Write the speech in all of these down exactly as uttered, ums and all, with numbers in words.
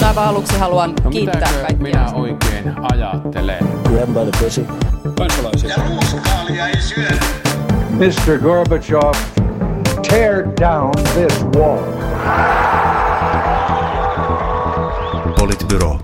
aivan aluksi haluan no, kiittää kaikkia. minä oikein ajattelen? Grab by the pussy. Kansalaisia. Ja ruuskaalia ei syödä. mister Gorbachev, tear down this wall. Politbyro.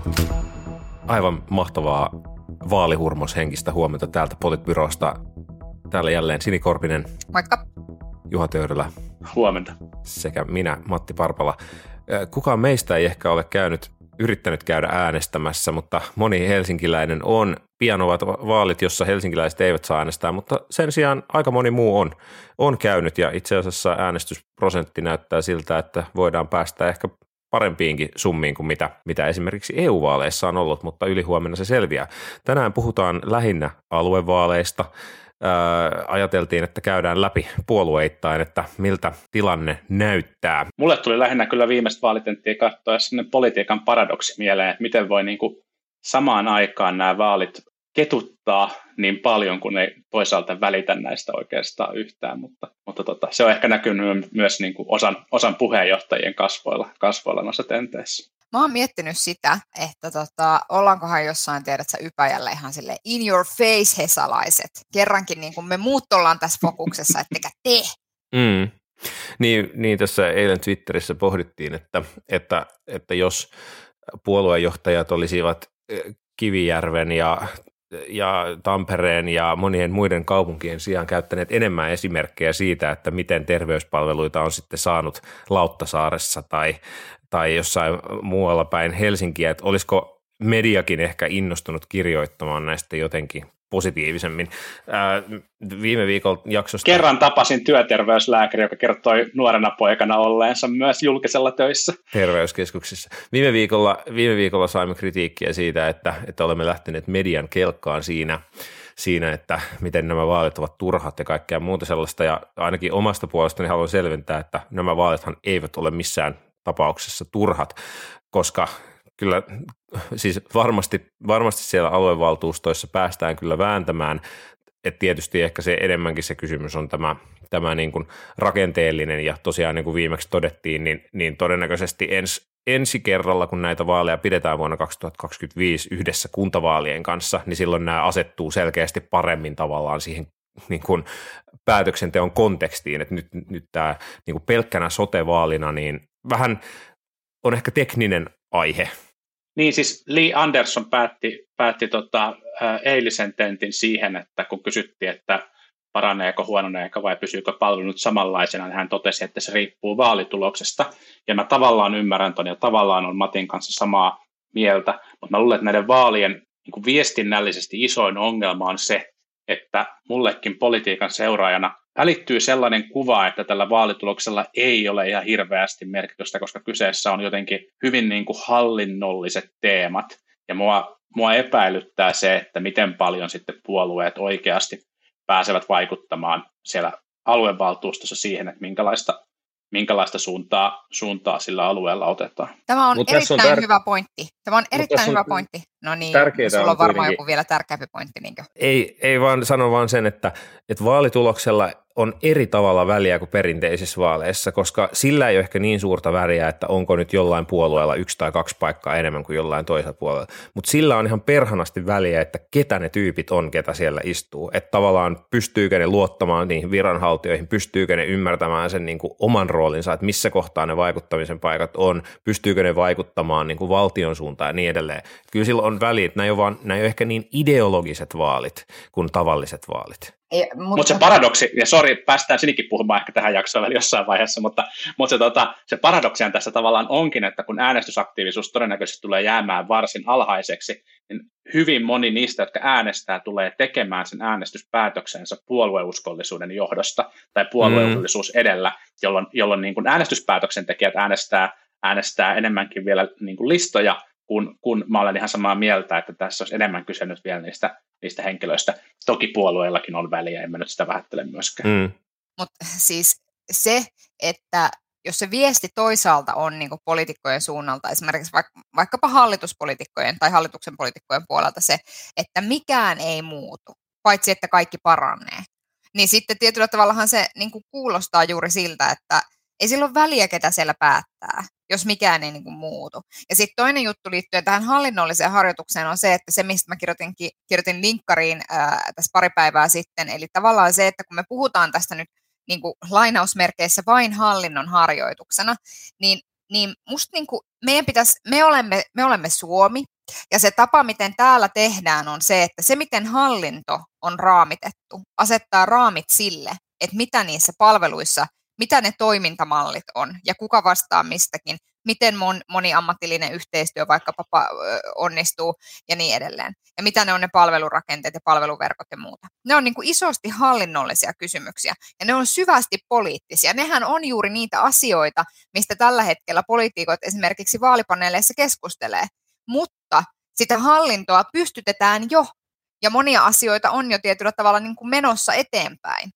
Aivan mahtavaa vaalihurmoshenkistä huomenta täältä Politbyrosta. Täällä jälleen Sini Korpinen. Moikka. Juha Töyrylä. Huomenta. Sekä minä, Matti Parpala. Kukaan meistä ei ehkä ole käynyt, yrittänyt käydä äänestämässä, mutta moni helsinkiläinen on. Pian ovat vaalit, jossa helsinkiläiset eivät saa äänestää, mutta sen sijaan aika moni muu on, on käynyt ja itse asiassa äänestysprosentti näyttää siltä, että voidaan päästä ehkä parempiinkin summiin kuin mitä, mitä esimerkiksi E U-vaaleissa on ollut, mutta ylihuomenna se selviää. Tänään puhutaan lähinnä aluevaaleista. Ää, ajateltiin, että käydään läpi puolueittain, että miltä tilanne näyttää. Mulle tuli lähinnä kyllä viimeistä vaalitenttiä katsoa sellainen politiikan paradoksi mieleen, että miten voi niin kuin samaan aikaan nämä vaalit ketuttaa niin paljon, kun ei toisaalta välitä näistä oikeastaan yhtään, mutta, mutta tota, se on ehkä näkynyt myös niin kuin osan, osan puheenjohtajien kasvoilla, kasvoilla noissa tenteissä. Mä oon miettinyt sitä, että tota, ollaankohan jossain, tiedät sä, Ypäjällä ihan silleen in your face hesalaiset. Kerrankin niin kuin me muut ollaan tässä fokuksessa, ettekä te. Mm. Niin, niin tässä eilen Twitterissä pohdittiin, että, että, että jos puoluejohtajat olisivat Kivijärven ja ja Tampereen ja monien muiden kaupunkien sijaan käyttäneet enemmän esimerkkejä siitä, että miten terveyspalveluita on sitten saanut Lauttasaaressa tai, tai jossain muualla päin Helsinkiä, että olisiko mediakin ehkä innostunut kirjoittamaan näistä jotenkin positiivisemmin. Ää, viime viikon jaksosta... Kerran tapasin työterveyslääkäri, joka kertoi nuorena poikana olleensa myös julkisella töissä. Terveyskeskuksissa. Viime viikolla, viime viikolla saimme kritiikkiä siitä, että, että olemme lähteneet median kelkkaan siinä, siinä, että miten nämä vaalit ovat turhat ja kaikkea muuta sellaista. Ja ainakin omasta puolestani haluan selventää, että nämä vaalithan eivät ole missään tapauksessa turhat, koska kyllä siis varmasti, varmasti siellä aluevaltuustoissa päästään kyllä vääntämään, että tietysti ehkä se enemmänkin se kysymys on tämä, tämä niin kuin rakenteellinen ja tosiaan niin kuin viimeksi todettiin, niin, niin todennäköisesti ens, ensi kerralla, kun näitä vaaleja pidetään vuonna kaksituhattakaksikymmentäviisi yhdessä kuntavaalien kanssa, niin silloin nämä asettuu selkeästi paremmin tavallaan siihen niin kuin päätöksenteon kontekstiin, että nyt, nyt tämä niin kuin pelkkänä sote-vaalina niin vähän on ehkä tekninen aihe. Niin siis Lee Anderson päätti, päätti tota, ää, eilisen tentin siihen, että kun kysyttiin, että paraneeko, huononeeko vai pysyykö palvelut samanlaisena, niin hän totesi, että se riippuu vaalituloksesta. Ja mä tavallaan ymmärrän ton ja tavallaan on Matin kanssa samaa mieltä, mutta mä luulen, että näiden vaalien niin kuin viestinnällisesti isoin ongelma on se, että mullekin politiikan seuraajana välittyy sellainen kuva, että tällä vaalituloksella ei ole ihan hirveästi merkitystä, koska kyseessä on jotenkin hyvin niin kuin hallinnolliset teemat. Ja mua, mua epäilyttää se, että miten paljon sitten puolueet oikeasti pääsevät vaikuttamaan siellä aluevaltuustossa siihen, että minkälaista, minkälaista suuntaa, suuntaa sillä alueella otetaan. Tämä on Mut erittäin on tär... hyvä pointti. Tämä on erittäin hyvä on pointti. No niin, sulla on, on varmaan kuitenkin... joku vielä tärkeämpi pointti. Niinkö? Ei, ei vaan sano vaan sen, että, että vaalituloksella on eri tavalla väliä kuin perinteisissä vaaleissa, koska sillä ei ole ehkä niin suurta väliä, että onko nyt jollain puolueella yksi tai kaksi paikkaa enemmän kuin jollain toisella puolella. Mutta sillä on ihan perhanasti väliä, että ketä ne tyypit on, ketä siellä istuu. Että tavallaan pystyykö ne luottamaan niihin viranhaltijoihin, pystyykö ne ymmärtämään sen niin kuin oman roolinsa, että missä kohtaa ne vaikuttamisen paikat on, pystyykö ne vaikuttamaan niin kuin valtion suuntaan ja niin edelleen. Kyllä sillä on väliä, että nämä ei ole, vaan, nämä ei ole ehkä niin ideologiset vaalit kuin tavalliset vaalit. Mutta mut se paradoksi, ja sori, päästään Sinikin puhumaan ehkä tähän jaksoon vielä jossain vaiheessa, mutta, mutta se, tota, se paradoksihan tässä tavallaan onkin, että kun äänestysaktiivisuus todennäköisesti tulee jäämään varsin alhaiseksi, niin hyvin moni niistä, jotka äänestää, tulee tekemään sen äänestyspäätöksensä puolueuskollisuuden johdosta tai puolueullisuus edellä, jolloin, jolloin niin kuin äänestyspäätöksentekijät äänestää, äänestää enemmänkin vielä niin kuin listoja, kun, kun mä olen ihan samaa mieltä, että tässä olisi enemmän kyse nyt vielä niistä, niistä henkilöistä. Toki puolueillakin on väliä, en mä nyt sitä vähättele myöskään. Mm. Mutta siis se, että jos se viesti toisaalta on niin kuin poliitikkojen suunnalta, esimerkiksi vaikka, vaikkapa hallituspoliitikkojen tai hallituksen poliitikkojen puolelta se, että mikään ei muutu, paitsi että kaikki paranee, niin sitten tietyllä tavallahan se niin kuin kuulostaa juuri siltä, että ei sillä ole väliä, ketä siellä päättää. jos mikään ei niin kuin muutu. Ja sitten toinen juttu liittyen tähän hallinnolliseen harjoitukseen on se, että se, mistä mä kirjoitin, kirjoitin linkkariin ää, tässä pari päivää sitten, eli tavallaan se, että kun me puhutaan tästä nyt niin kuin lainausmerkeissä vain hallinnon harjoituksena, niin, niin musta niin kuin meidän pitäisi, me olemme, me olemme Suomi, ja se tapa, miten täällä tehdään, on se, että se, miten hallinto on raamitettu, asettaa raamit sille, että mitä niissä palveluissa, mitä ne toimintamallit on ja kuka vastaa mistäkin, miten mon, moniammatillinen yhteistyö vaikkapa onnistuu ja niin edelleen. Ja mitä ne on ne palvelurakenteet ja palveluverkot ja muuta. Ne on niin kuin isosti hallinnollisia kysymyksiä ja ne on syvästi poliittisia. Nehän on juuri niitä asioita, mistä tällä hetkellä poliitikot esimerkiksi vaalipaneeleissa keskustelee. Mutta sitä hallintoa pystytetään jo ja monia asioita on jo tietyllä tavalla niin kuin menossa eteenpäin.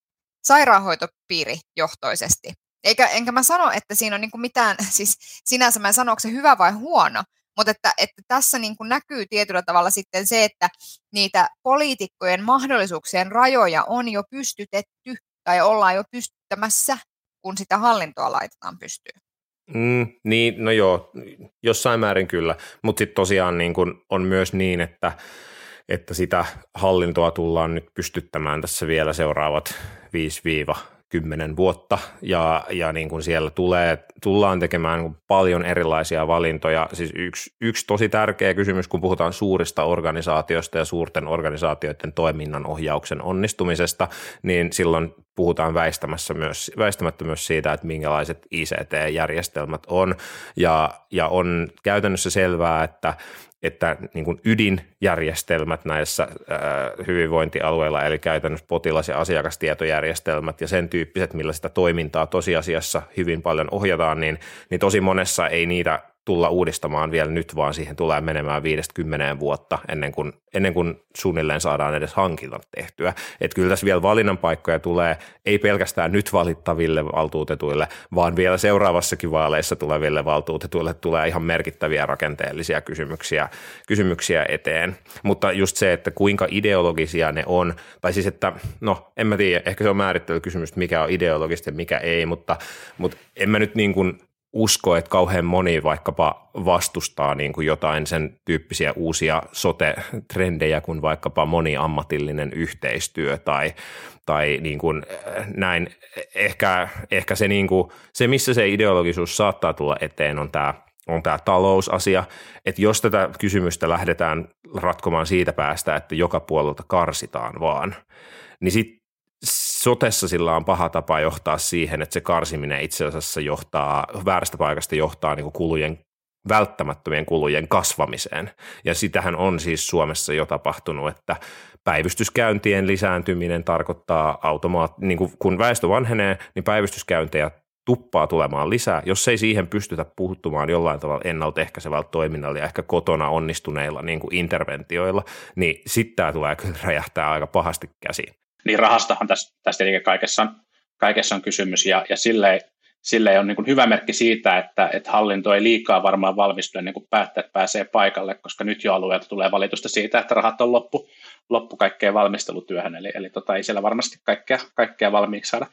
Sairaanhoitopiirijohtoisesti. Eikä, enkä mä sano, että siinä on niin kuin mitään, siis sinänsä mä en sano, onko se hyvä vai huono, mutta että, että tässä niin kuin näkyy tietyllä tavalla sitten se, että niitä poliitikkojen mahdollisuuksien rajoja on jo pystytetty tai ollaan jo pystyttämässä, kun sitä hallintoa laitetaan pystyyn. Mm, niin, no joo, jossain määrin kyllä, mutta sitten tosiaan niin kun on myös niin, että, että sitä hallintoa tullaan nyt pystyttämään tässä vielä seuraavat viisi kymmenen vuotta ja, ja niin kuin siellä tulee, tullaan tekemään paljon erilaisia valintoja. Siis yksi, yksi tosi tärkeä kysymys, kun puhutaan suurista organisaatioista ja suurten organisaatioiden toiminnan ohjauksen onnistumisesta, niin silloin puhutaan väistämässä myös, väistämättä myös siitä, että minkälaiset I C T-järjestelmät on ja, ja on käytännössä selvää, että että niin kuin ydinjärjestelmät näissä ää, hyvinvointialueilla, eli käytännössä potilas- ja asiakastietojärjestelmät ja sen tyyppiset, millä sitä toimintaa tosiasiassa hyvin paljon ohjataan, niin, niin tosi monessa ei niitä tulla uudistamaan vielä nyt, vaan siihen tulee menemään viidestä kymmeneen vuotta ennen kuin, ennen kuin suunnilleen saadaan edes hankinnat tehtyä. Että kyllä tässä vielä valinnan paikkoja tulee, ei pelkästään nyt valittaville valtuutetuille, vaan vielä seuraavassakin vaaleissa tuleville valtuutetuille tulee ihan merkittäviä rakenteellisia kysymyksiä, kysymyksiä eteen. Mutta just se, että kuinka ideologisia ne on, tai siis että, no en mä tiedä, ehkä se on määrittelykysymys, mikä on ideologista ja mikä ei, mutta, mutta en mä nyt niin kuin usko, että kauhean moni vaikkapa vastustaa niin kuin jotain sen tyyppisiä uusia sote-trendejä kuin vaikkapa moniammatillinen yhteistyö tai, tai niin kuin näin. Ehkä, ehkä se, niin kuin, se, missä se ideologisuus saattaa tulla eteen, on tämä on tämä talousasia, että jos tätä kysymystä lähdetään ratkomaan siitä päästä, että joka puolelta karsitaan vaan, niin sitten sotessa sillä on paha tapa johtaa siihen, että se karsiminen itse asiassa johtaa, väärästä paikasta johtaa niin kuin kulujen, välttämättömien kulujen kasvamiseen. Ja sitähän on siis Suomessa jo tapahtunut, että päivystyskäyntien lisääntyminen tarkoittaa automaat, niin kuin kun väestö vanhenee, niin päivystyskäyntejä tuppaa tulemaan lisää, jos ei siihen pystytä puuttumaan jollain tavalla ennaltaehkäisevällä toiminnalla ja ehkä kotona onnistuneilla niin kuin interventioilla, niin sitten tämä tulee kyllä räjähtää aika pahasti käsiin. Niin rahastahan tässä, tässä tietenkin kaikessa on, kaikessa on kysymys, ja, ja silleen, silleen on niin kuin hyvä merkki siitä, että, että hallinto ei liikaa varmaan valmistu ennen kuin päättäjät pääsee paikalle, koska nyt jo alueelta tulee valitusta siitä, että rahat on loppu, loppu kaikkeen valmistelutyöhön, eli, eli tota, ei siellä varmasti kaikkea, kaikkea valmiiksi saada.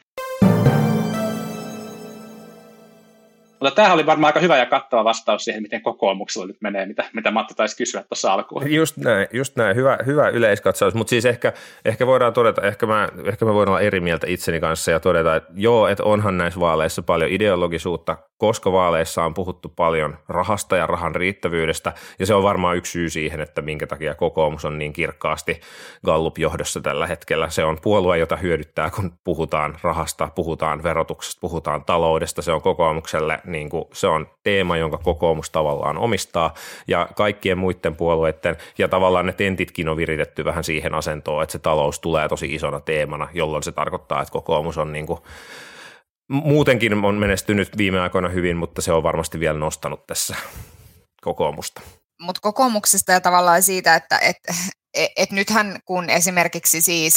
Mutta tämähän oli varmaan aika hyvä ja kattava vastaus siihen, miten kokoomuksella nyt menee, mitä, mitä Matti taisi kysyä tuossa alkuun. Just näin, just näin. Hyvä, hyvä yleiskatsaus, mutta siis ehkä, ehkä voidaan todeta, ehkä mä, ehkä mä voin olla eri mieltä itseni kanssa ja todeta, että joo, että onhan näissä vaaleissa paljon ideologisuutta, koska vaaleissa on puhuttu paljon rahasta ja rahan riittävyydestä, ja se on varmaan yksi syy siihen, että minkä takia kokoomus on niin kirkkaasti Gallup-johdossa tällä hetkellä. Se on puolue, jota hyödyttää, kun puhutaan rahasta, puhutaan verotuksesta, puhutaan taloudesta, se on kokoomukselle niin kuin se on teema, jonka kokoomus tavallaan omistaa, ja kaikkien muiden puolueiden, ja tavallaan ne tentitkin on viritetty vähän siihen asentoon, että se talous tulee tosi isona teemana, jolloin se tarkoittaa, että kokoomus on niin kuin, muutenkin on menestynyt viime aikoina hyvin, mutta se on varmasti vielä nostanut tässä kokoomusta. Mutta kokoomuksesta ja tavallaan siitä, että et, et, et nythän kun esimerkiksi siis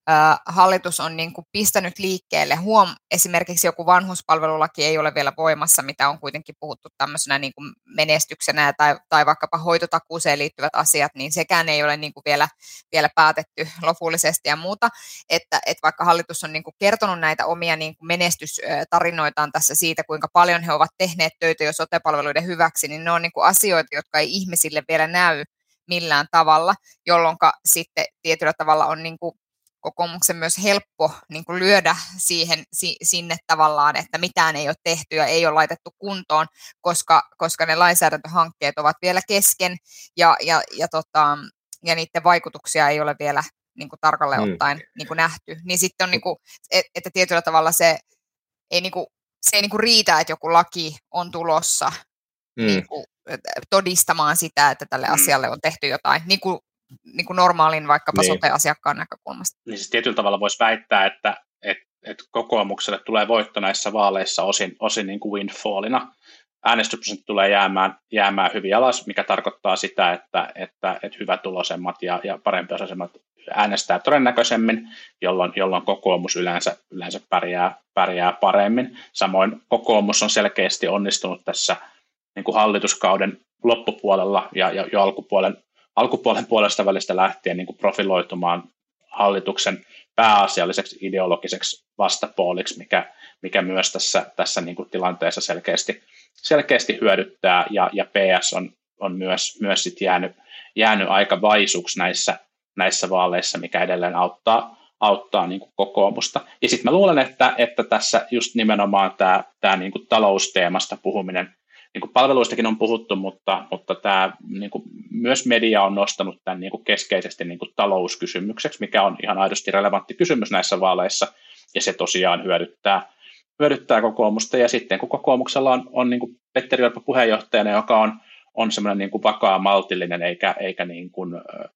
hallitus on niin kuin pistänyt liikkeelle, huom, esimerkiksi joku vanhuspalvelulaki ei ole vielä voimassa, mitä on kuitenkin puhuttu tämmöisenä niin kuin menestyksenä, tai, tai vaikkapa hoitotakuuseen liittyvät asiat, niin sekään ei ole niin kuin vielä, vielä päätetty lopullisesti ja muuta, että, että vaikka hallitus on niin kuin kertonut näitä omia niin kuin menestystarinoitaan tässä siitä, kuinka paljon he ovat tehneet töitä jo sote-palveluiden hyväksi, niin ne on niin kuin asioita, jotka ei ihmisille vielä näy millään tavalla, jolloin sitten tietyllä tavalla on niin kuin kokoomuksen myös helppo niin kuin lyödä siihen, si, sinne tavallaan, että mitään ei ole tehty ja ei ole laitettu kuntoon, koska, koska ne lainsäädäntöhankkeet ovat vielä kesken ja, ja, ja, tota, ja niiden vaikutuksia ei ole vielä niin kuin tarkalleen ottaen niin kuin nähty. Niin sitten on, niin kuin, että tietyllä tavalla se ei, niin kuin, se ei niin kuin riitä, että joku laki on tulossa mm. niin kuin, todistamaan sitä, että tälle mm. asialle on tehty jotain, niin kuin niin kuin normaalin vaikkapa niin. sote-asiakkaan näkökulmasta. Niin siis tietyllä tavalla voisi väittää, että et, et kokoomukselle tulee voitto näissä vaaleissa osin, osin niin kuin windfallina. Äänestysprosentti tulee jäämään, jäämään hyvin alas, mikä tarkoittaa sitä, että, että, että hyvätuloisemmat ja, ja parempiosaisemmat äänestää todennäköisemmin, jolloin, jolloin kokoomus yleensä, yleensä pärjää, pärjää paremmin. Samoin kokoomus on selkeästi onnistunut tässä niin kuin hallituskauden loppupuolella ja, ja jo alkupuolen alkupuolen puolesta välistä lähtien niin kuin profiloitumaan hallituksen pääasialliseksi ideologiseksi vastapuoliksi, mikä, mikä myös tässä, tässä niin kuin tilanteessa selkeästi, selkeästi hyödyttää, ja, ja P S on, on myös, myös sit jäänyt, jäänyt aika vaisuksi näissä, näissä vaaleissa, mikä edelleen auttaa, auttaa niin kuin kokoomusta. Ja sitten mä luulen, että, että tässä just nimenomaan tämä, tämä niin kuin talousteemasta puhuminen, niin kuin palveluistakin on puhuttu, mutta, mutta tämä, niin kuin myös media on nostanut tämän niin kuin keskeisesti niin kuin talouskysymykseksi, mikä on ihan aidosti relevantti kysymys näissä vaaleissa, ja se tosiaan hyödyttää, hyödyttää kokoomusta. Ja sitten kun kokoomuksella on, on niin kuin Petteri Orpo puheenjohtajana, joka on, on semmoinen niin kuin vakaa, maltillinen, eikä, eikä niin kuin,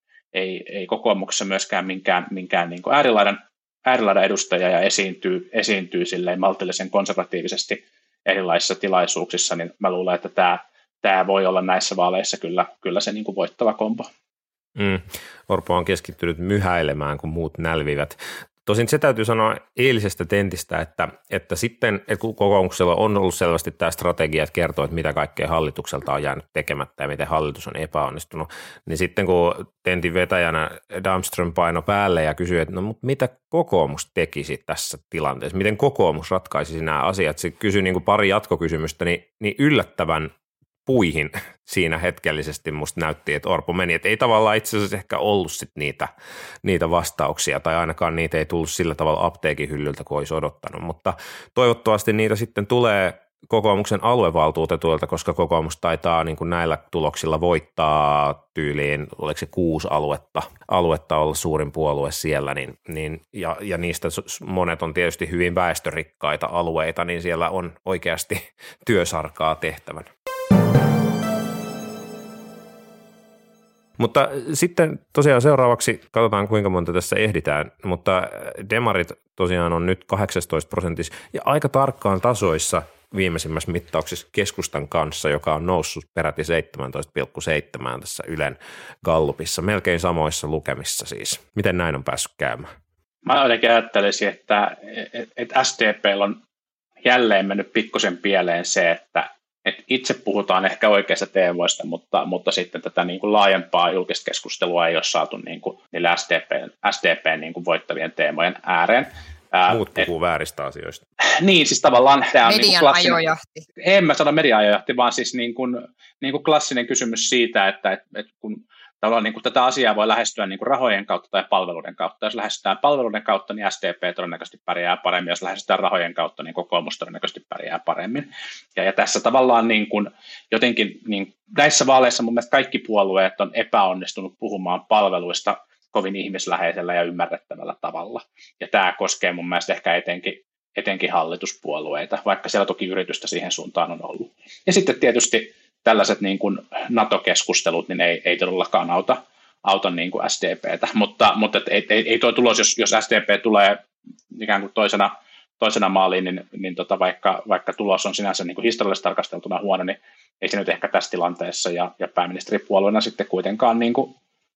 ei, ei kokoomuksessa myöskään minkään, minkään niin kuin äärilaidan, äärilaidan edustaja, ja esiintyy, esiintyy silleen maltillisen konservatiivisesti erilaisissa tilaisuuksissa, niin mä luulen, että tämä, tämä voi olla näissä vaaleissa kyllä, kyllä se niin kuin voittava kombo. Mm. Orpo on keskittynyt myhäilemään, kun muut nälvivät. Tosin se täytyy sanoa eilisestä tentistä, että, että sitten, että kun kokoomuksella on ollut selvästi tämä strategia, että kertoo, että mitä kaikkea hallitukselta on jäänyt tekemättä ja miten hallitus on epäonnistunut, niin sitten kun tentin vetäjänä Damström paino päälle ja kysyi, että no mutta mitä kokoomus tekisi tässä tilanteessa, miten kokoomus ratkaisisi nämä asiat, se kysyi niin kuin pari jatkokysymystä, niin, niin yllättävän puihin siinä hetkellisesti musta näytti, että Orpo meni, että ei tavallaan itse asiassa ehkä ollut sit niitä, niitä vastauksia, tai ainakaan niitä ei tullut sillä tavalla apteekin hyllyltä, kuin olisi odottanut, mutta toivottavasti niitä sitten tulee kokoomuksen aluevaltuutetuilta, koska kokoomus taitaa niin kuin näillä tuloksilla voittaa tyyliin, oliko se kuusi aluetta, aluetta olla suurin puolue siellä, niin, niin, ja, ja niistä monet on tietysti hyvin väestörikkaita alueita, niin siellä on oikeasti työsarkaa tehtävän. Mutta sitten tosiaan seuraavaksi katsotaan, kuinka monta tässä ehditään, mutta demarit tosiaan on nyt kahdeksantoista prosentissa ja aika tarkkaan tasoissa viimeisimmässä mittauksessa keskustan kanssa, joka on noussut peräti seitsemäntoista pilkku seitsemän tässä Ylen gallupissa, melkein samoissa lukemissa siis. Miten näin on päässyt käymään? Mä jotenkin ajattelisin, että, että S D P:llä on jälleen mennyt pikkusen pieleen se, että Et itse puhutaan ehkä oikeista teemoista, mutta, mutta sitten tätä niin kuin laajempaa julkista keskustelua ei ole saatu niin kuin niille S D P:n, S D P:n niin kuin voittavien teemojen ääreen. Muut puhuu et, vääristä asioista. Niin, siis tavallaan tämä on median niin kuin klassinen, ajojahti. En mä sano median ajojahti, vaan siis niin kuin, niin kuin klassinen kysymys siitä, että et, et kun tavallaan niin kuin tätä asiaa voi lähestyä niin kuin rahojen kautta tai palveluiden kautta. Jos lähestytään palveluiden kautta, niin S D P todennäköisesti pärjää paremmin. Jos lähestytään rahojen kautta, niin kokoomus todennäköisesti pärjää paremmin. Ja, ja tässä tavallaan niin kuin jotenkin niin näissä vaaleissa mun mielestä kaikki puolueet on epäonnistunut puhumaan palveluista kovin ihmisläheisellä ja ymmärrettävällä tavalla. Ja tämä koskee mun mielestä ehkä etenkin, etenkin hallituspuolueita, vaikka siellä toki yritystä siihen suuntaan on ollut. Ja sitten tietysti tällaiset niin kuin NATO-keskustelut niin ei, ei todellakaan auta, auta niin kuin S D P:tä, mutta, mutta et, ei, ei, ei tuo tulos, jos, jos S D P tulee ikään kuin toisena, toisena maaliin, niin, niin tota vaikka, vaikka tulos on sinänsä niin kuin historiallisesti tarkasteltuna huono, niin ei se nyt ehkä tässä tilanteessa ja, ja pääministeripuolueena sitten kuitenkaan niin kuin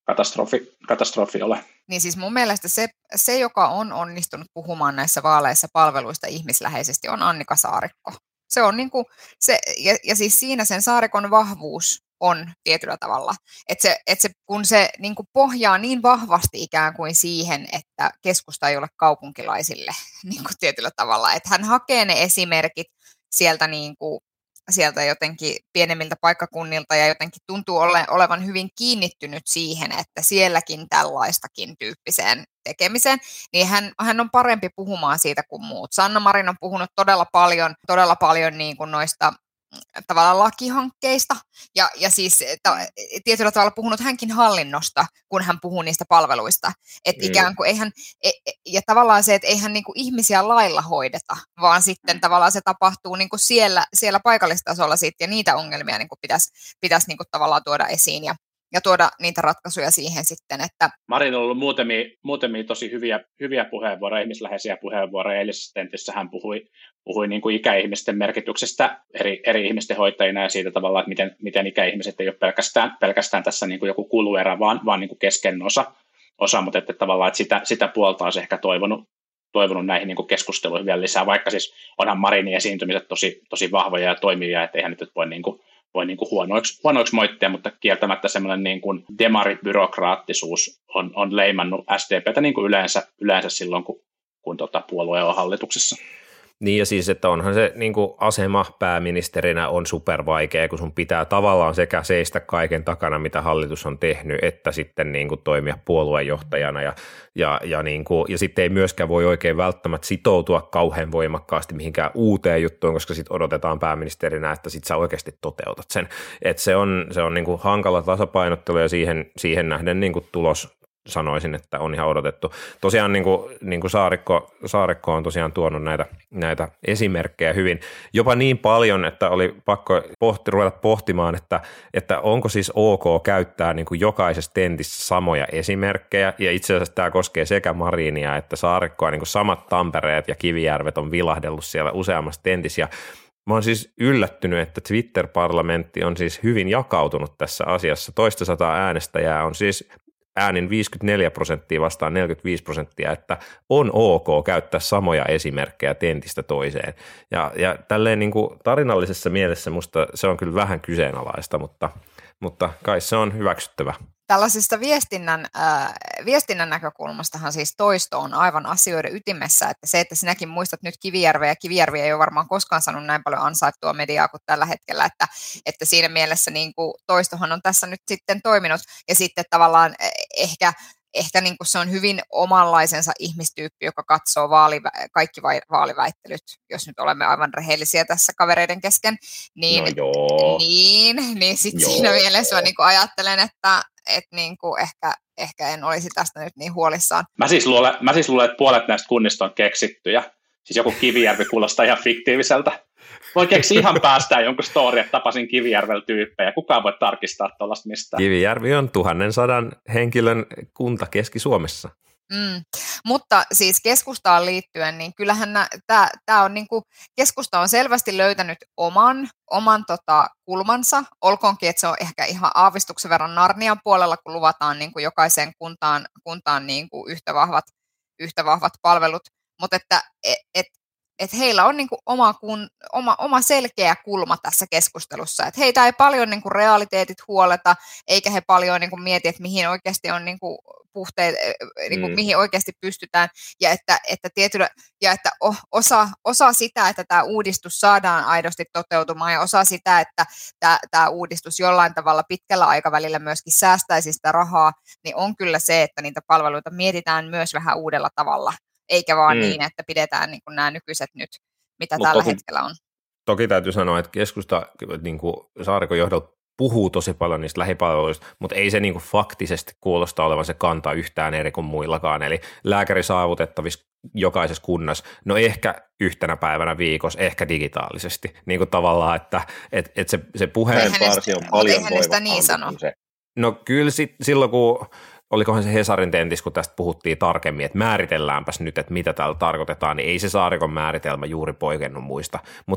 katastrofi, katastrofi ole. Niin siis mun mielestä se, se, joka on onnistunut puhumaan näissä vaaleissa palveluista ihmisläheisesti, on Annika Saarikko. Se on niin kuin se, ja, ja siis siinä sen Saarikon vahvuus on tietyllä tavalla, että se, että se, kun se niin kuin pohjaa niin vahvasti ikään kuin siihen, että keskusta ei ole kaupunkilaisille niin kuin tietyllä tavalla, että hän hakee ne esimerkit sieltä, niin kuin, sieltä jotenkin pienemmiltä paikkakunnilta ja jotenkin tuntuu ole, olevan hyvin kiinnittynyt siihen, että sielläkin tällaistakin tyyppiseen tekemiseen, niin hän, hän on parempi puhumaan siitä kuin muut. Sanna Marin on puhunut todella paljon, todella paljon niin kuin noista tavallaan lakihankkeista ja, ja siis ta, tietyllä tavalla puhunut hänkin hallinnosta, kun hän puhuu niistä palveluista. Et mm. ikään kuin eihän, e, ja tavallaan se, että eihän niinku ihmisiä lailla hoideta, vaan sitten tavallaan se tapahtuu niinku siellä, siellä paikallistasolla sit, ja niitä ongelmia niinku pitäisi pitäis niinku tavallaan tuoda esiin ja, ja tuoda niitä ratkaisuja siihen sitten. Että Marin on ollut muutamia, muutamia tosi hyviä, hyviä puheenvuoroja, ihmisläheisiä puheenvuoroja. Eilisessä tentissä hän puhui, puhui niin kuin ikäihmisten merkityksestä eri, eri ihmisten hoitajina ja siitä tavalla, että miten, miten ikäihmiset ei ole pelkästään, pelkästään tässä niin kuin joku kuluerä, vaan, vaan niin kuin keskeinen osa, osa mutta että tavallaan että sitä, sitä puolta olisi ehkä toivonut, toivonut näihin niin kuin keskusteluihin vielä lisää, vaikka siis onhan Marinin esiintymiset tosi, tosi vahvoja ja toimivia, että eihän nyt voi niin kuin voi niin kuin huonoiksi, huonoiksi moittia, mutta kieltämättä semmoinen niin kuin demaribyrokraattisuus on, on leimannut S D P:tä niin kuin yleensä, yleensä silloin, kun, kun tota puolue on hallituksessa. Niin ja siis, että onhan se niin kuin asema pääministerinä on supervaikea, kun sun pitää tavallaan sekä seistä kaiken takana, mitä hallitus on tehnyt, että sitten niin kuin toimia puoluejohtajana ja, ja, ja, niin kuin, ja sitten ei myöskään voi oikein välttämättä sitoutua kauhean voimakkaasti mihinkään uuteen juttuun, koska sitten odotetaan pääministerinä, että sitten sä oikeasti toteutat sen. Että se on, se on niin kuin hankala tasapainottelu ja siihen, siihen nähden niin kuin tulos sanoisin, että on ihan odotettu. Tosiaan niin kuin, niin kuin Saarikko, Saarikko on tosiaan tuonut näitä, näitä esimerkkejä hyvin, jopa niin paljon, että oli pakko pohti, ruveta pohtimaan, että, että onko siis ok käyttää niin kuin jokaisessa tentissä samoja esimerkkejä, ja itse asiassa tämä koskee sekä Marinia että Saarikkoa, niin kuin samat Tampereet ja Kivijärvet on vilahdellut siellä useammassa tentissä, ja mä oon siis yllättynyt, että Twitter-parlamentti on siis hyvin jakautunut tässä asiassa. Toista sataa äänestäjää on siis äänin viisikymmentäneljä prosenttia vastaan neljäkymmentäviisi prosenttia, että on ok käyttää samoja esimerkkejä tentistä toiseen. Ja, ja tälleen niin kuin tarinallisessa mielessä musta se on kyllä vähän kyseenalaista, mutta, mutta kai se on hyväksyttävä. Tällaisesta viestinnän, äh, viestinnän näkökulmastahan siis toisto on aivan asioiden ytimessä, että se, että sinäkin muistat nyt Kivijärveä, ja Kivijärvi ei ole varmaan koskaan saanut näin paljon ansaittua mediaa kuin tällä hetkellä, että, että siinä mielessä niin kuin toistohan on tässä nyt sitten toiminut, ja sitten tavallaan ehkä, ehkä niin kuin se on hyvin omanlaisensa ihmistyyppi, joka katsoo vaali, kaikki vaaliväittelyt, jos nyt olemme aivan rehellisiä tässä kavereiden kesken, niin, no joo. niin, niin sitten siinä mielessä mä niin kuin ajattelen, että että niin kuin ehkä, ehkä en olisi tästä nyt niin huolissaan. Mä siis, luulen, mä siis luulen, että puolet näistä kunnista on keksittyjä. Siis joku Kivijärvi kuulostaa ihan fiktiiviseltä. Voi keksiä ihan päästään jonkun story, että tapasin Kivijärvellä tyyppejä. Kukaan voi tarkistaa tuollaista mistään. Kivijärvi on tuhannen sadan henkilön kunta Keski-Suomessa. Mm. Mutta siis keskustaan liittyen, niin kyllähän tämä on niinku, keskusta on selvästi löytänyt oman, oman tota, kulmansa, olkoonkin, että se on ehkä ihan aavistuksen verran Narnian puolella, kun luvataan niinku jokaiseen kuntaan, kuntaan niinku yhtä, vahvat, yhtä vahvat palvelut, mutta että et, et, et heillä on niinku oma, kun, oma, oma selkeä kulma tässä keskustelussa, että heitä ei paljon niinku realiteetit huoleta, eikä he paljon niinku mieti, että mihin oikeasti on niinku puhteet, niin kuin, mm. mihin oikeasti pystytään, ja että, että, tietyllä, ja että osa, osa sitä, että tämä uudistus saadaan aidosti toteutumaan, ja osa sitä, että tämä, tämä uudistus jollain tavalla pitkällä aikavälillä myöskin säästäisi sitä rahaa, niin on kyllä se, että niitä palveluita mietitään myös vähän uudella tavalla, eikä vaan mm. niin, että pidetään niin kuin nämä nykyiset nyt, mitä Mut tällä toki, hetkellä on. Toki täytyy sanoa, että keskusta niin kuin Saarikon johdolla puhuu tosi paljon niistä lähipalveluista, mutta ei se niinku faktisesti kuulosta olevan se kanta yhtään eri kuin muillakaan. Eli lääkäri saavutettavissa jokaisessa kunnassa, no ehkä yhtenä päivänä viikossa, ehkä digitaalisesti. Niin kuin tavallaan, että et, et se, se puheen varsi on paljon voimakkaampi. Niin no kyllä sit, silloin, kun olikohan se Hesarin tentis, kun tästä puhuttiin tarkemmin, että määritelläänpäs nyt, että mitä täällä tarkoitetaan, niin ei se Saarikon määritelmä juuri poikennut muista, mutta se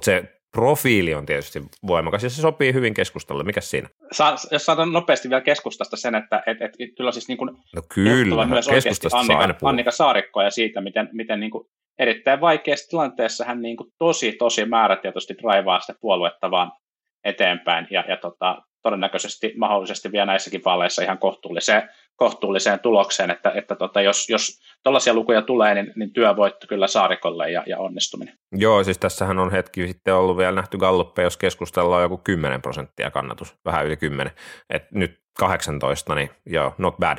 profiili on tietysti voimakas ja se sopii hyvin keskustelulle. Mikäs siinä? Sa, jos saatan nopeasti vielä keskustasta sen, että et, et, et, kyllä siis niin kuin no kyllä, myös oikeasti Annika, Annika Saarikkoa ja siitä, miten, miten niin kuin erittäin vaikeassa tilanteessa hän niin kuin tosi, tosi määrätietoisesti draivaa sitä puoluetta vaan eteenpäin ja, ja tota, todennäköisesti mahdollisesti vielä näissäkin vaaleissa ihan kohtuulliseen, kohtuulliseen tulokseen, että, että tota, jos, jos tällaisia lukuja tulee, niin, niin työvoitto kyllä Saarikolle ja, ja onnistuminen. Joo, siis tässähän on hetki sitten ollut vielä nähty galluppeja, jos keskustellaan joku kymmenen prosenttia kannatus, vähän yli kymmenen, että nyt kahdeksantoista, niin joo, not bad.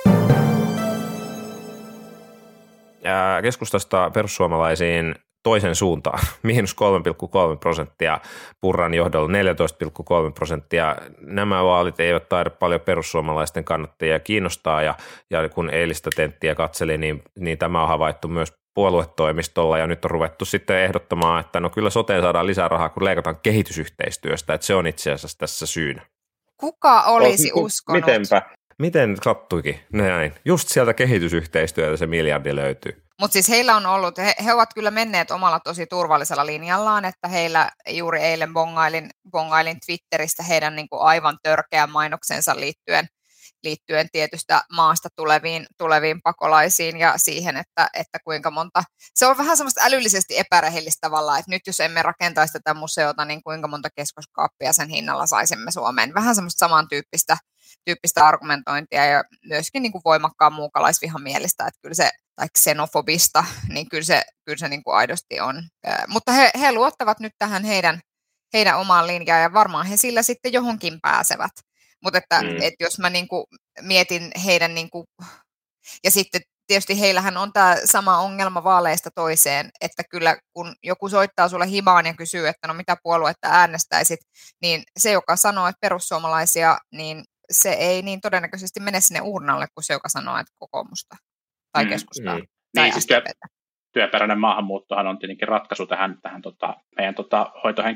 Ja keskustasta perussuomalaisiin toisen suuntaan, miinus kolme pilkku kolme prosenttia, Purran johdolla neljätoista pilkku kolme prosenttia. Nämä vaalit eivät taida paljon perussuomalaisten kannattajia kiinnostaa, ja, ja kun eilistä tenttiä katseli, niin, niin tämä on havaittu myös puoluetoimistolla, ja nyt on ruvettu sitten ehdottamaan, että no kyllä soteen saadaan lisää rahaa, kun leikataan kehitysyhteistyöstä, että se on itse asiassa tässä syynä. Kuka olisi uskonut? Mitenpä? Miten sattuikin näin? Just sieltä kehitysyhteistyötä se miljardi löytyy. Mutta siis heillä on ollut, he, he ovat kyllä menneet omalla tosi turvallisella linjallaan, että heillä juuri eilen bongailin, bongailin Twitteristä heidän niin kuin aivan törkeän mainoksensa liittyen, liittyen tietystä maasta tuleviin, tuleviin pakolaisiin ja siihen, että, että kuinka monta, se on vähän semmoista älyllisesti epärehellistä tavalla, että nyt jos emme rakentaisi tätä museota, niin kuinka monta keskoskaappia sen hinnalla saisimme Suomeen. Vähän semmoista samantyyppistä tyyppistä argumentointia ja myöskin niin kuin voimakkaan muukalaisvihamielistä, että kyllä se, tai xenofobista, niin kyllä se, kyllä se niin kuin aidosti on. Mutta he, he luottavat nyt tähän heidän, heidän omaan linjaan ja varmaan he sillä sitten johonkin pääsevät. Mutta että, mm. että jos mä niin kuin mietin heidän, niin kuin, ja sitten tietysti heillähän on tämä sama ongelma vaaleista toiseen, että kyllä kun joku soittaa sulle himaan ja kysyy, että no mitä puoluetta äänestäisit, niin se, joka sanoo, että perussuomalaisia, niin se ei niin todennäköisesti mene sinne urnalle kuin se, joka sanoo, että kokoomusta tai keskustaa. Mm, mm. Tai niin, siis työ, työperäinen maahanmuuttohan on tietenkin ratkaisu tähän, tähän tota, meidän tota,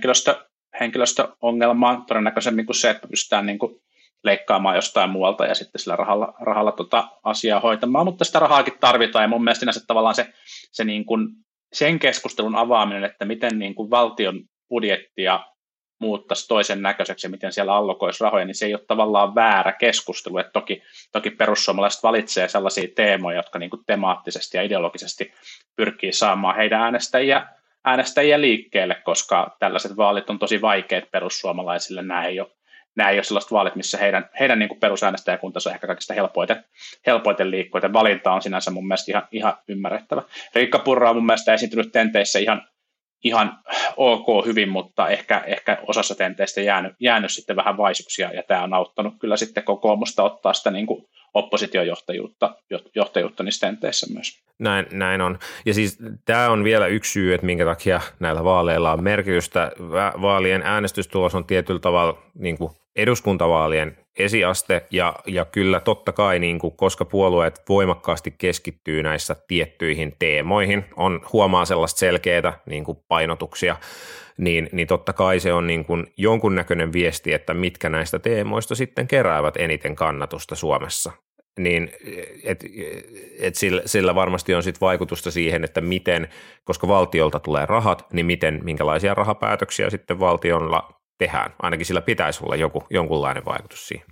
hoitohenkilöstöongelmaan todennäköisemmin kuin se, että pystytään niin kuin leikkaamaan jostain muualta ja sitten sillä rahalla, rahalla tota asiaa hoitamaan, mutta sitä rahaakin tarvitaan ja mun mielestä sinänsä tavallaan se, se niin kuin sen keskustelun avaaminen, että miten niin kuin valtion budjettia muuttaisi toisen näköiseksi ja miten siellä allokoisi rahoja, niin se ei ole tavallaan väärä keskustelu. Että toki, toki perussuomalaiset valitsee sellaisia teemoja, jotka niin kuin temaattisesti ja ideologisesti pyrkii saamaan heidän äänestäjiä, äänestäjiä liikkeelle, koska tällaiset vaalit on tosi vaikeat perussuomalaisille. Nämä ei ole, nämä ei ole sellaiset vaalit, missä heidän, heidän niin kuin perusäänestäjäkuntansa on ehkä kaikista helpoiten, helpoiten liikkuja. Valinta on sinänsä mun mielestä ihan, ihan ymmärrettävä. Riikka Purra on mun mielestä esiintynyt tenteissä ihan ihan ok hyvin, mutta ehkä, ehkä osassa tenteistä jäänyt, jäänyt sitten vähän vaisuksi, ja tämä on auttanut kyllä sitten kokoomusta ottaa sitä niin kuin oppositiojohtajuutta johtajuutta niissä tenteissä myös. Näin, näin on. Ja siis tämä on vielä yksi syy, että minkä takia näillä vaaleilla on merkitystä. Vaalien äänestystulos on tietyllä tavalla niin kuin eduskuntavaalien esiaste, ja, ja kyllä totta kai, niin kuin, koska puolueet voimakkaasti keskittyy näissä tiettyihin teemoihin, on huomaa sellaista selkeää niin kuin painotuksia, niin, niin totta kai se on niin kuin jonkunnäköinen viesti, että mitkä näistä teemoista sitten keräävät eniten kannatusta Suomessa. Niin et, et sillä, sillä varmasti on sit vaikutusta siihen, että miten, koska valtiolta tulee rahat, niin miten, minkälaisia rahapäätöksiä sitten valtiolla tehdään. Ainakin sillä pitäisi olla joku, jonkunlainen vaikutus siihen.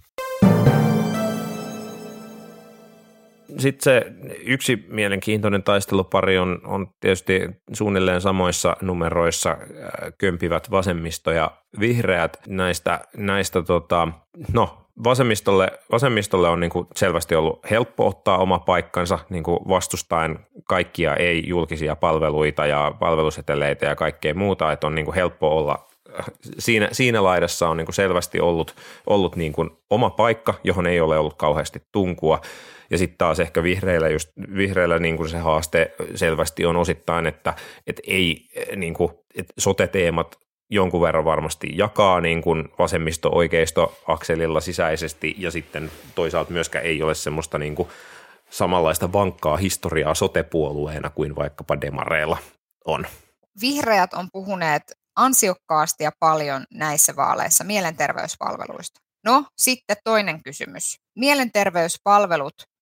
Sitten se yksi mielenkiintoinen taistelupari on, on tietysti suunnilleen samoissa numeroissa kömpivät vasemmisto ja vihreät. Näistä, näistä tota, no vasemmistolle, vasemmistolle on niin kuin selvästi ollut helppo ottaa oma paikkansa niin kuin vastustaen kaikkia ei-julkisia palveluita ja palveluseteleitä ja kaikkea muuta, että on niin kuin helppo olla. Siinä, siinä laidassa on niin kuin selvästi ollut, ollut niin kuin oma paikka, johon ei ole ollut kauheasti tunkua. Ja sitten taas ehkä vihreillä, just, vihreillä niin kuin se haaste selvästi on osittain, että et ei, niin kuin, et sote-teemat jonkun verran varmasti jakaa niin kuin vasemmisto-oikeisto-akselilla sisäisesti, ja sitten toisaalta myöskään ei ole semmoista niin kuin samanlaista vankkaa historiaa sote-puolueena kuin vaikkapa demareilla on. Vihreät on puhuneet ansiokkaasti ja paljon näissä vaaleissa mielenterveyspalveluista. No, sitten toinen kysymys. Mielenterveyspalvelut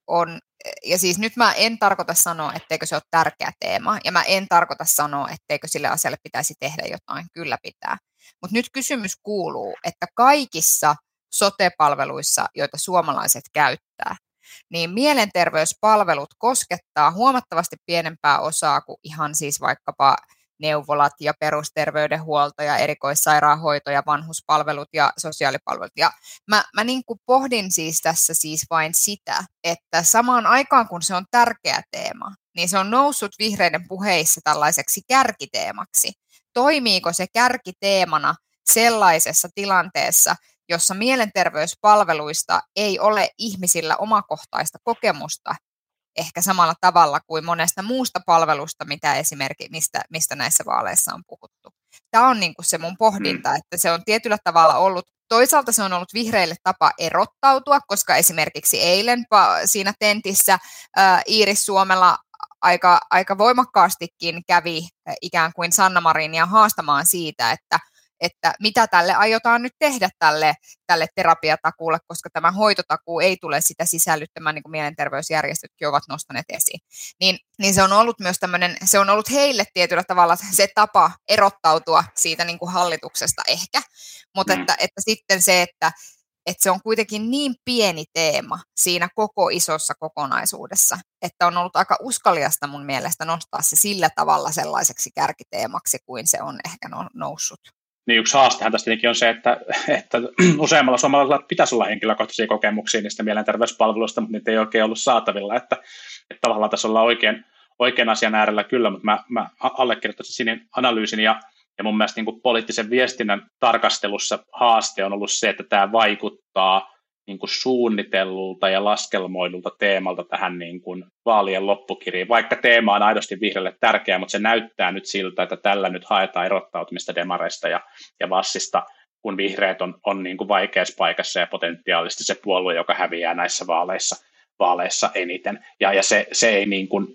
on, ja siis nyt mä en tarkoita sanoa, etteikö se ole tärkeä teema, ja mä en tarkoita sanoa, etteikö sille asialle pitäisi tehdä jotain, kyllä pitää. Mutta nyt kysymys kuuluu, että kaikissa sote-palveluissa, joita suomalaiset käyttää, niin mielenterveyspalvelut koskettaa huomattavasti pienempää osaa kuin ihan siis vaikkapa neuvolat ja perusterveydenhuolto ja erikoissairaanhoito ja vanhuspalvelut ja sosiaalipalvelut. Ja mä, mä niin kuin pohdin siis tässä siis vain sitä, että samaan aikaan kun se on tärkeä teema, niin se on noussut vihreiden puheissa tällaiseksi kärkiteemaksi. Toimiiko se kärkiteemana sellaisessa tilanteessa, jossa mielenterveyspalveluista ei ole ihmisillä omakohtaista kokemusta ehkä samalla tavalla kuin monesta muusta palvelusta, mitä esimerkiksi, mistä, mistä näissä vaaleissa on puhuttu. Tämä on niin kuin se mun pohdinta, mm. että se on tietyllä tavalla ollut, toisaalta se on ollut vihreille tapa erottautua, koska esimerkiksi eilen siinä tentissä ää, Iiris Suomela aika, aika voimakkaastikin kävi ikään kuin Sanna Marinia haastamaan siitä, että että mitä tälle aiotaan nyt tehdä tälle, tälle terapiatakuulle, koska tämä hoitotakuu ei tule sitä sisällyttämään, niin kuin mielenterveysjärjestötkin ovat nostaneet esiin. Niin, niin se on ollut myös tämmöinen, se on ollut heille tietyllä tavalla se tapa erottautua siitä niin kuin hallituksesta ehkä, mutta mm. että, että sitten se, että, että se on kuitenkin niin pieni teema siinä koko isossa kokonaisuudessa, että on ollut aika uskaliasta mun mielestä nostaa se sillä tavalla sellaiseksi kärkiteemaksi, kuin se on ehkä noussut. Niin yksi haastehan tästä on se, että, että useammalla suomalaisella pitäisi olla henkilökohtaisia kokemuksia niistä mielenterveyspalveluista, mutta niitä ei oikein ollut saatavilla, että, että tavallaan tässä ollaan oikein, oikein asian äärellä kyllä, mutta mä, mä allekirjoittaisin sinne analyysin ja, ja mun mielestä niin kuin poliittisen viestinnän tarkastelussa haaste on ollut se, että tämä vaikuttaa niin kuin suunnitellulta ja laskelmoidulta teemalta tähän niin kuin vaalien loppukiriin, vaikka teema on aidosti vihreille tärkeä, mutta se näyttää nyt siltä, että tällä nyt haetaan erottautumista demareista ja, ja vassista, kun vihreät on, on niin kuin vaikeassa paikassa ja potentiaalisesti se puolue, joka häviää näissä vaaleissa, vaaleissa eniten. Ja, ja se, se ei niin kuin,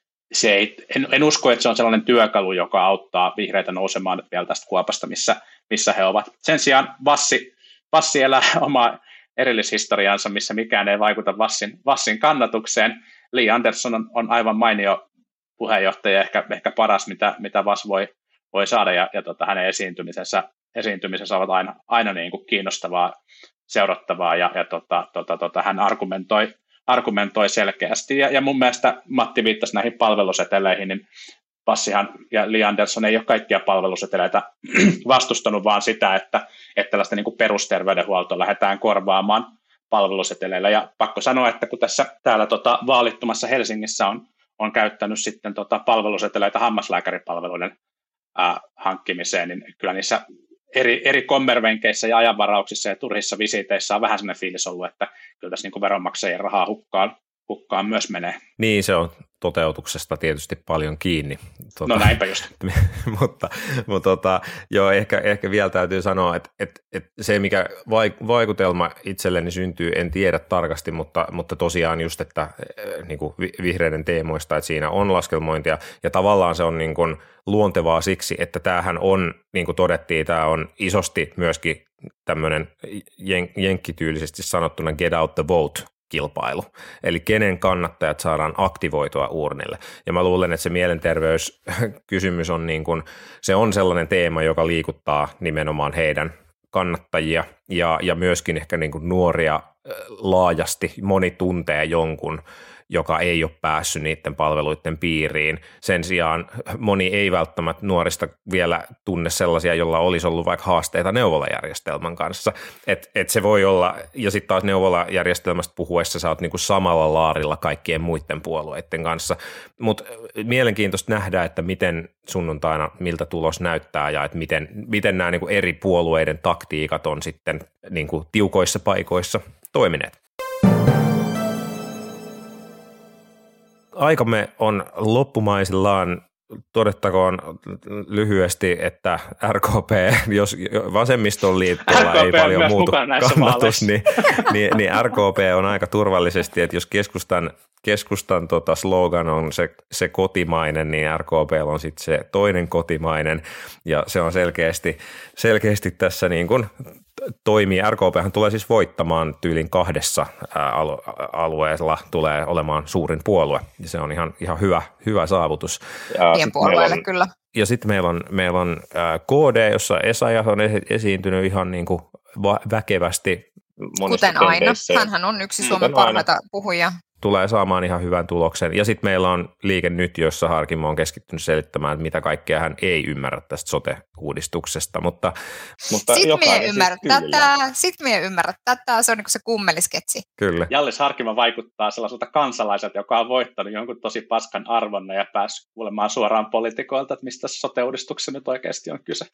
se ei, en, en usko, että se on sellainen työkalu, joka auttaa vihreitä nousemaan vielä tästä kuopasta, missä, missä he ovat. Sen sijaan vassi, vassi elää omaa erillishistoriansa, missä mikään ei vaikuta Vassin, Vassin kannatukseen. Li Andersson on, on aivan mainio puheenjohtaja, ehkä, ehkä paras, mitä, mitä Vass voi, voi saada, ja, ja tota, hänen esiintymisensä, esiintymisensä ovat aina, aina niin kuin kiinnostavaa, seurattavaa, ja, ja tota, tota, tota, hän argumentoi, argumentoi selkeästi, ja, ja mun mielestä Matti viittasi näihin palveluseteleihin, niin Vassihan ja Li Andersson ei ole kaikkia palveluseteleitä vastustanut, vaan sitä, että, että tällaista niin kuin perusterveydenhuoltoa lähdetään korvaamaan palveluseteleillä. Ja pakko sanoa, että kun tässä täällä tota, vaalittomassa Helsingissä on, on käyttänyt sitten tota, palveluseteleitä hammaslääkäripalveluiden ää, hankkimiseen, niin kyllä niissä eri, eri kommervenkeissä ja ajanvarauksissa ja turhissa visiiteissä on vähän sellainen fiilis ollut, että kyllä tässä niin kuin veronmaksajien rahaa hukkaan, hukkaan myös menee. Niin, se on toteutuksesta tietysti paljon kiinni. Tuota, no näinpä just. mutta mutta tota, joo, ehkä, ehkä vielä täytyy sanoa, että, että, että se mikä vaikutelma itselleni syntyy, en tiedä tarkasti, mutta, mutta tosiaan just, että niin kuin vihreiden teemoista, että siinä on laskelmointia ja tavallaan se on niin kuin luontevaa siksi, että tämähän on, niin kuin todettiin, tämä on isosti myöskin tämmöinen jen, jenkkityylisesti sanottuna get out the vote kilpailu, eli kenen kannattajat saadaan aktivoitua urnille. Ja mä luulen, että se mielenterveyskysymys on niin kuin, se on sellainen teema, joka liikuttaa nimenomaan heidän kannattajia ja, ja myöskin ehkä niin kuin nuoria laajasti. Moni tuntee jonkun, joka ei ole päässyt niiden palveluiden piiriin. Sen sijaan moni ei välttämättä nuorista vielä tunne sellaisia, jolla olisi ollut vaikka haasteita neuvolajärjestelmän kanssa. Et, et se voi olla, ja sitten taas neuvolajärjestelmästä puhuessa sä oot niinku samalla laarilla kaikkien muiden puolueiden kanssa. Mutta mielenkiintoista nähdä, että miten sunnuntaina, miltä tulos näyttää ja että miten, miten nämä niinku eri puolueiden taktiikat on sitten niinku tiukoissa paikoissa toimineet. Aikamme on loppumaisillaan. Todettakoon lyhyesti, että R K P, jos vasemmistoliitolla ei paljon muutu kannatus, niin, niin, niin R K P on aika turvallisesti, että jos keskustan, keskustan tota slogan on se, se kotimainen, niin R K P on sitten se toinen kotimainen, ja se on selkeästi, selkeästi tässä niin kuin toimii. R K P:hän tulee siis voittamaan tyylin kahdessa alueella, tulee olemaan suurin puolue, ja se on ihan, ihan hyvä, hyvä saavutus. Pienpuolueelle on, kyllä. Ja sitten meillä on, meillä on K D, jossa Essayah on esiintynyt ihan niin kuin väkevästi. Kuten aina. Hänhän on yksi Suomen Kuten parhaita aina. puhujia. Tulee saamaan ihan hyvän tuloksen. Ja sitten meillä on Liike Nyt, jossa Harkimo on keskittynyt selittämään, mitä kaikkea hän ei ymmärrä tästä sote-uudistuksesta. Mutta, mutta sitten me ei ymmärrä tätä. Sitten me ei ymmärrä tätä. Se on niin kuin se kummelisketsi. Kyllä. Jallis Harkimo vaikuttaa sellaiselta kansalaiselta, joka on voittanut jonkun tosi paskan arvonnan ja päässyt kuulemaan suoraan poliitikoilta, että mistä sote-uudistuksessa nyt oikeasti on kyse.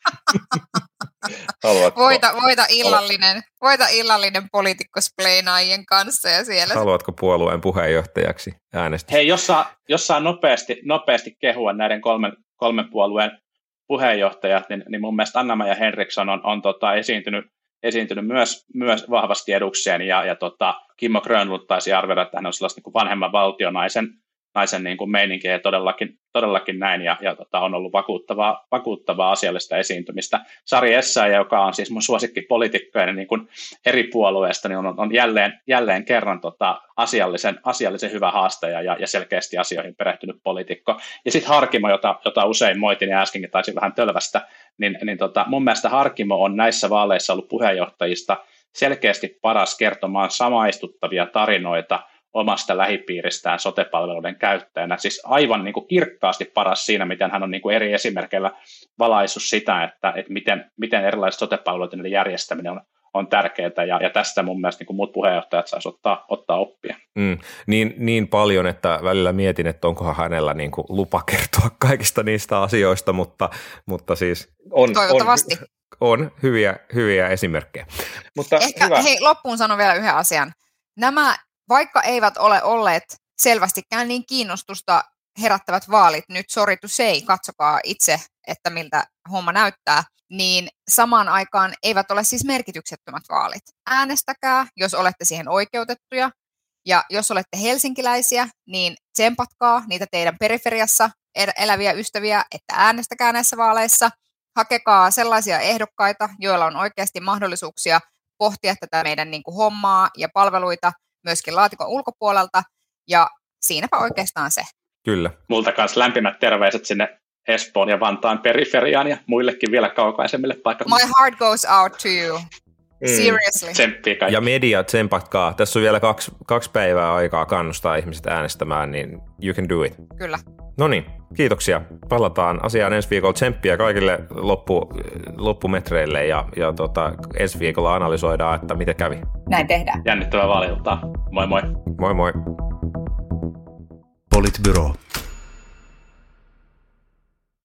Voita, voita, illallinen, voita illallinen poliitikkospleinaajien kanssa ja siellä. Haluatko puolueen puheenjohtajaksi äänestää? Hei, jos saa, jos saa nopeasti, nopeasti kehua näiden kolmen, kolmen puolueen puheenjohtajat, niin, niin mun mielestä Anna-Maja Henriksson on, on tota, esiintynyt, esiintynyt myös, myös vahvasti edukseen, ja, ja tota, Kimmo Grönlund taisi arvioida, että hän on sellaista niin kuin vanhemman valtionaisen naisen niin kuin meininkiä, ja todellakin, todellakin näin, ja, ja tota, on ollut vakuuttavaa, vakuuttavaa asiallista esiintymistä. Sari Essayah, joka on siis mun suosikkipoliitikkojen niin kuin eri puolueesta, niin on, on jälleen, jälleen kerran tota, asiallisen, asiallisen hyvä haastaja ja, ja selkeästi asioihin perehtynyt poliitikko. Ja sitten Harkimo, jota, jota usein moitin ja äskenkin taisin vähän tölvästä, niin, niin tota, mun mielestä Harkimo on näissä vaaleissa ollut puheenjohtajista selkeästi paras kertomaan samaistuttavia tarinoita omasta lähipiiristään sote-palveluiden käyttäjänä. Siis aivan niin kuin kirkkaasti paras siinä, miten hän on niin kuin eri esimerkkeillä valaissut sitä, että, että miten, miten erilaiset sote-palveluiden järjestäminen on, on tärkeää, ja, ja tästä mun mielestä niin kuin muut puheenjohtajat saisivat ottaa, ottaa oppia. Mm, niin, niin paljon, että välillä mietin, että onkohan hänellä niin kuin lupa kertoa kaikista niistä asioista, mutta, mutta siis on, toivottavasti. On, on hyviä, hyviä esimerkkejä. Mutta ehkä, hyvä. Hei, loppuun sanon vielä yhden asian. Nämä Vaikka eivät ole olleet selvästikään niin kiinnostusta herättävät vaalit, nyt sorry to say, katsokaa itse, että miltä homma näyttää, niin samaan aikaan eivät ole siis merkityksettömät vaalit. Äänestäkää, jos olette siihen oikeutettuja, ja jos olette helsinkiläisiä, niin tsempatkaa niitä teidän periferiassa eläviä ystäviä, että äänestäkää näissä vaaleissa. Hakekaa sellaisia ehdokkaita, joilla on oikeasti mahdollisuuksia pohtia tätä meidän niin kuin hommaa ja palveluita, myöskin laatikon ulkopuolelta, ja siinäpä oikeastaan se. Kyllä. Multa kanssa lämpimät terveiset sinne Espoon ja Vantaan periferiaan ja muillekin vielä kaukaisemmille paikkakunnille. My heart goes out to you. Mm. Seriously. Tsemppii kaikki. Ja media, tsempatkaa. Tässä on vielä kaksi, kaksi päivää aikaa kannustaa ihmiset äänestämään, niin you can do it. Kyllä. No niin, kiitoksia. Palataan asiaan ensi viikolla. Tsemppiä kaikille loppu, loppumetreille ja, ja tota, ensi viikolla analysoidaan, että mitä kävi. Näin tehdään. Jännittävää vaaliiltaa. Moi moi. Moi moi. Politbyro.